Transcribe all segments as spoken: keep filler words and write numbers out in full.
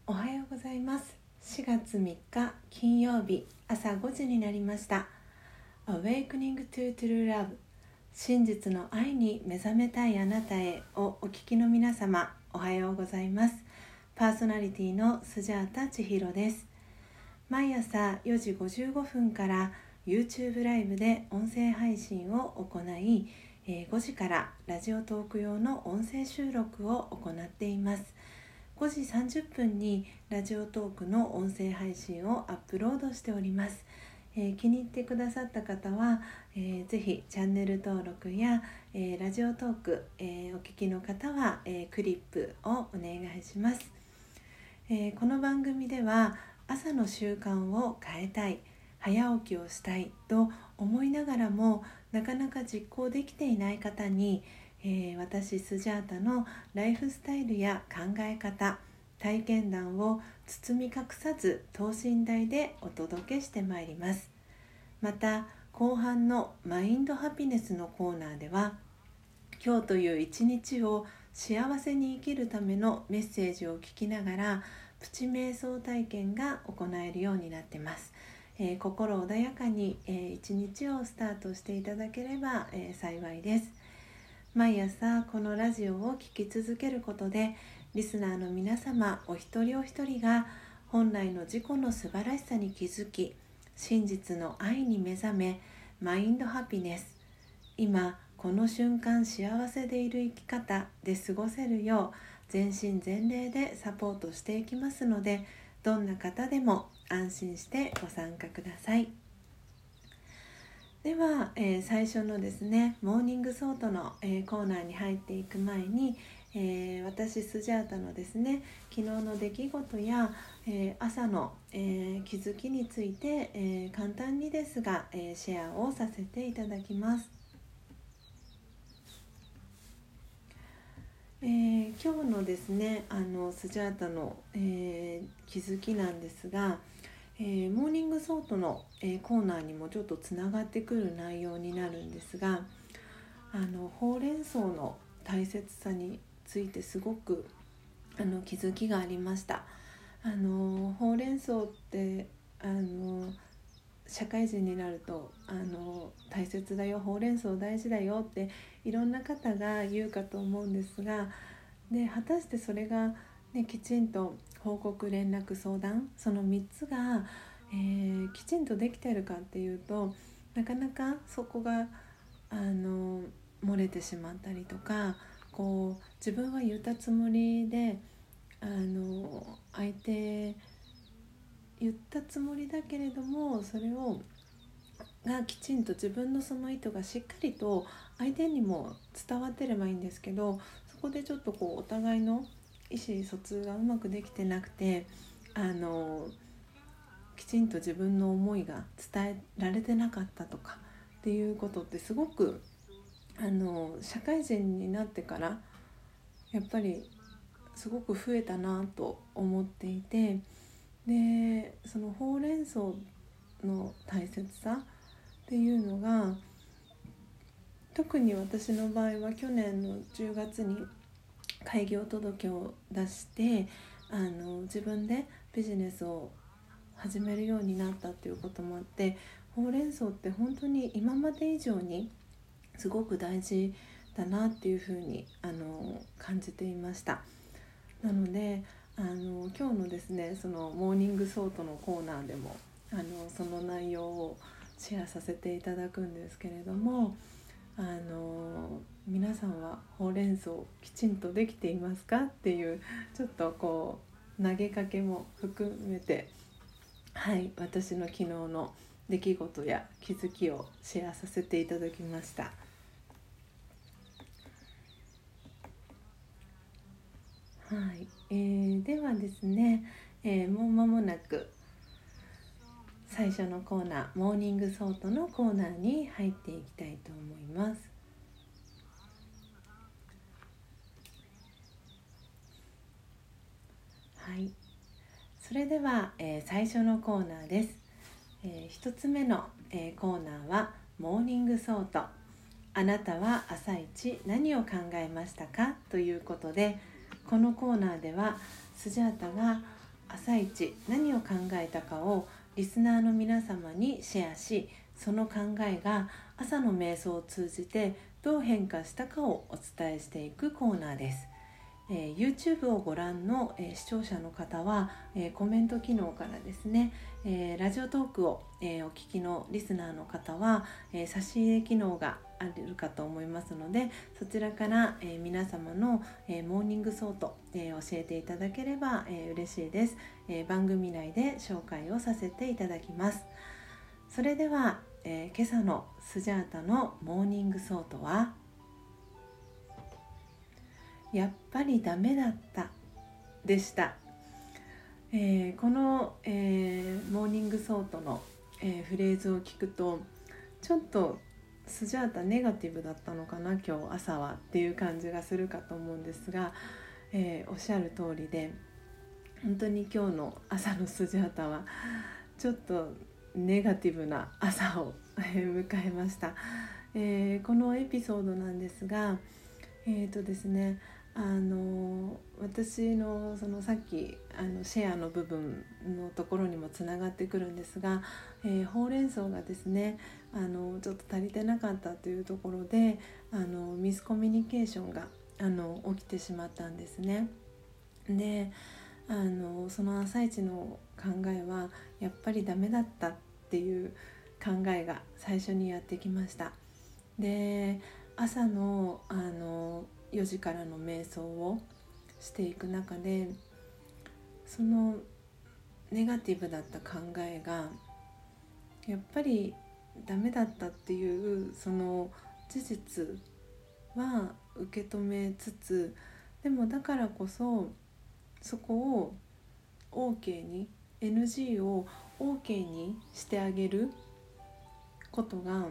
おはようございます。しがつみっか金曜日朝ごじになりました。 Awakening to True Love 真実の愛に目覚めたいあなたへをお聞きの皆様、おはようございます。パーソナリティのスジャータ千尋です。毎朝よじごじゅうごふんから YouTube ライブで音声配信を行い、ごじからラジオトーク用の音声収録を行っています。ごじさんじゅっぷんにラジオトークの音声配信をアップロードしております。えー、気に入ってくださった方は、えー、ぜひチャンネル登録や、えー、ラジオトーク、えー、お聞きの方は、えー、クリップをお願いします。えー、この番組では朝の習慣を変えたい、早起きをしたいと思いながらもなかなか実行できていない方に、えー、私スジャータのライフスタイルや考え方、体験談を包み隠さず等身大でお届けしてまいります。また後半のマインドハピネスのコーナーでは、今日という一日を幸せに生きるためのメッセージを聞きながらプチ瞑想体験が行えるようになっています。えー、心穏やかに、えー、一日をスタートしていただければ、えー、幸いです。毎朝このラジオを聞き続けることで、リスナーの皆様お一人お一人が本来の自己の素晴らしさに気づき、真実の愛に目覚め、マインドハピネス、今この瞬間幸せでいる生き方で過ごせるよう全身全霊でサポートしていきますので、どんな方でも安心してご参加ください。では、えー、最初のですねモーニングソートの、えー、コーナーに入っていく前に、えー、私スジャータのですね昨日の出来事や、えー、朝の、えー、気づきについて、えー、簡単にですが、えー、シェアをさせていただきます。えー、今日のですねあのスジャータの、えー、気づきなんですが、えー、モーニングソートの、えー、コーナーにもちょっとつながってくる内容になるんですが、あのほうれん草の大切さについてすごくあの気づきがありました。あのほうれん草ってあの社会人になるとあの大切だよ、ほうれん草大事だよっていろんな方が言うかと思うんですが、で果たしてそれが、ね、きちんと報告、連絡、相談、そのみっつが、えー、きちんとできているかっていうと、なかなかそこがあの漏れてしまったりとか、こう自分は言ったつもりであの相手言ったつもりだけれども、それをがきちんと自分のその意図がしっかりと相手にも伝わってればいいんですけど、そこでちょっとこうお互いの意思疎通がうまくできてなくて、あのきちんと自分の思いが伝えられてなかったとかっていうことってすごくあの社会人になってからやっぱりすごく増えたなと思っていて、でそのほうれん草の大切さっていうのが、特に私の場合は去年のじゅうがつに開業届を出してあの自分でビジネスを始めるようになったっていうこともあって、ほうれん草って本当に今まで以上にすごく大事だなっていうふうにあの感じていました。なのであの今日のですねそのモーニングソートのコーナーでもあのその内容をシェアさせていただくんですけれども、あの皆さんはほうれん草きちんとできていますかっていうちょっとこう投げかけも含めて、はい、私の昨日の出来事や気づきをシェアさせていただきました。はい、えー、ではですね、えー、もう間もなく最初のコーナー、モーニングソートのコーナーに入っていきたいと思います。はい、それでは、えー、最初のコーナーです。えー、一つ目の、えー、コーナーはモーニングソート。あなたは朝一何を考えましたかということで、このコーナーではスジャータが朝一何を考えたかをリスナーの皆様にシェアし、その考えが朝の瞑想を通じてどう変化したかをお伝えしていくコーナーです。えー、YouTube をご覧の、えー、視聴者の方は、えー、コメント機能からですね、えー、ラジオトークを、えー、お聞きのリスナーの方は、えー、差し入れ機能があるかと思いますので、そちらから、えー、皆様の、えー、モーニングソート、えー、教えていただければ、えー、嬉しいです。えー、番組内で紹介をさせていただきます。それでは、えー、今朝のスジャータのモーニングソートは、やっぱりダメだったでした。えー、この、えー、モーニングソートの、えー、フレーズを聞くと、ちょっとスジャータネガティブだったのかな今日朝はっていう感じがするかと思うんですが、えー、おっしゃる通りで、本当に今日の朝のスジャータはちょっとネガティブな朝を迎えました。えー、このエピソードなんですが、えーとですねあの私のそのさっきあのシェアの部分のところにもつながってくるんですが、えー、ほうれん草がですねあのちょっと足りてなかったというところであのミスコミュニケーションがあの起きてしまったんですね。であのその朝一の考えはやっぱりダメだったっていう考えが最初にやってきました。で朝の、あのよじからの瞑想をしていく中で、そのネガティブだった考えがやっぱりダメだったっていうその事実は受け止めつつ、でもだからこそそこを OK に エヌジー を OK にしてあげることが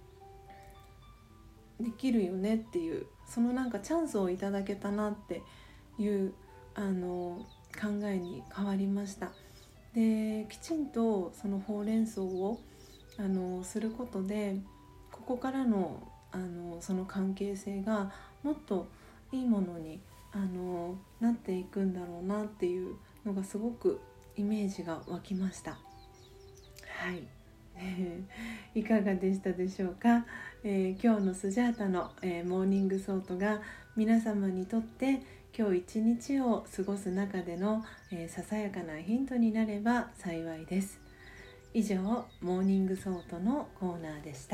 できるよねっていう、そのなんかチャンスをいただけたなっていうあの考えに変わりました。できちんとそのほうれん草をあのすることで、ここからのあのその関係性がもっといいものにあのなっていくんだろうなっていうのがすごくイメージが湧きました。はいいかがでしたでしょうか。えー、今日のスジャータの、えー、モーニングソートが皆様にとって今日一日を過ごす中での、えー、ささやかなヒントになれば幸いです。以上、モーニングソートのコーナーでした。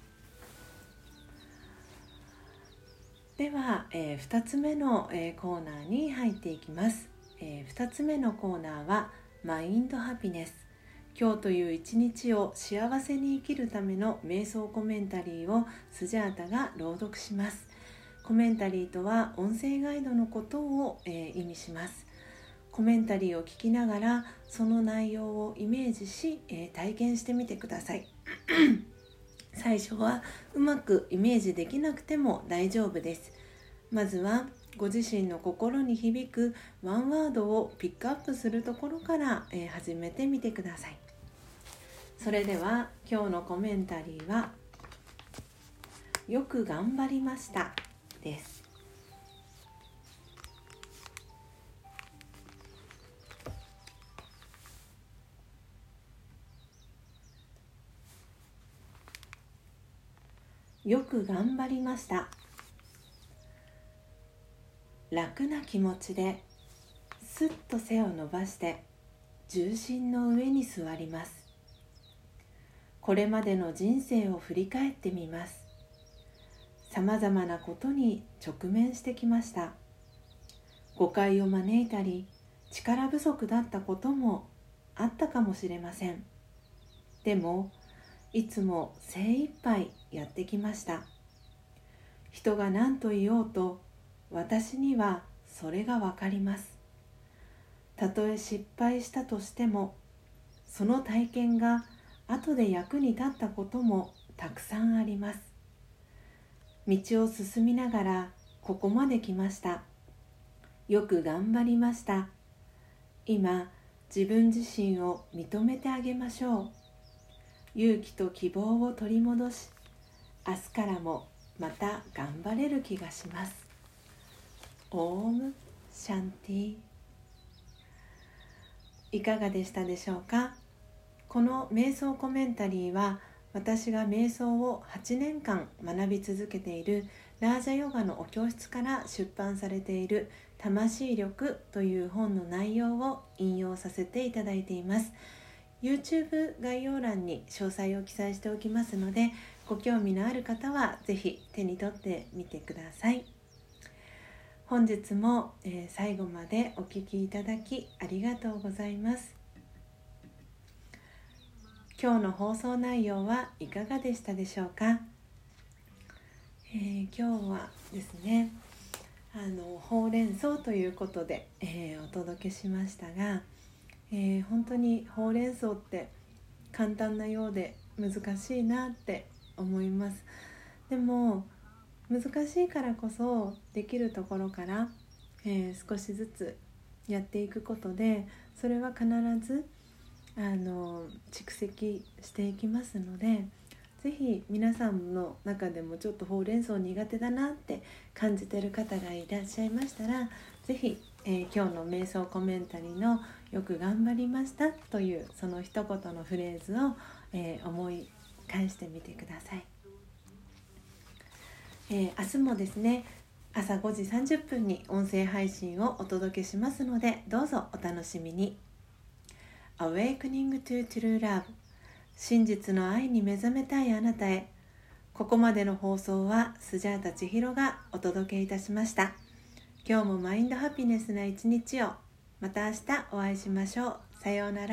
では、えー、ふたつめの、えー、コーナーに入っていきます。えー、ふたつめのコーナーはマインドハピネス。今日という一日を幸せに生きるための瞑想コメンタリーをスジャータが朗読します。コメンタリーとは音声ガイドのことを、えー、意味します。コメンタリーを聞きながらその内容をイメージし、えー、体験してみてください。最初はうまくイメージできなくても大丈夫です。まずはご自身の心に響くワンワードをピックアップするところから、えー、始めてみてください。それでは今日のコメンタリーはよく頑張りましたです。よく頑張りました。楽な気持ちですっと背を伸ばして重心の上に座ります。これまでの人生を振り返ってみます。さまざまなことに直面してきました。誤解を招いたり力不足だったこともあったかもしれません。でもいつも精一杯やってきました。人が何と言おうと私にはそれがわかります。たとえ失敗したとしてもその体験が後で役に立ったこともたくさんあります。道を進みながらここまで来ました。よく頑張りました。今自分自身を認めてあげましょう。勇気と希望を取り戻し、明日からもまた頑張れる気がします。オームシャンティ。 いかがでしたでしょうか。この瞑想コメンタリーは、私が瞑想をはちねんかん学び続けているラージャヨガのお教室から出版されている魂力という本の内容を引用させていただいています。 YouTube 概要欄に詳細を記載しておきますので、ご興味のある方はぜひ手に取ってみてください。本日も、えー、最後までお聞きいただきありがとうございます。今日の放送内容はいかがでしたでしょうか。えー、今日はですね、あのほうれん草ということで、えー、お届けしましたが、えー、本当にほうれん草って簡単なようで難しいなって思います。でも難しいからこそ、できるところから、えー、少しずつやっていくことで、それは必ずあの蓄積していきますので、ぜひ皆さんの中でもちょっとほうれん草苦手だなって感じている方がいらっしゃいましたら、ぜひ、えー、今日の瞑想コメンタリーのよく頑張りましたというその一言のフレーズを、えー、思い返してみてください。えー、明日もですね、朝ごじさんじゅっぷんに音声配信をお届けしますので、どうぞお楽しみに。Awakening to True Love、 真実の愛に目覚めたいあなたへ。ここまでの放送はスジャータ千尋がお届けいたしました。今日もマインドハピネスな一日を。また明日お会いしましょう。さようなら。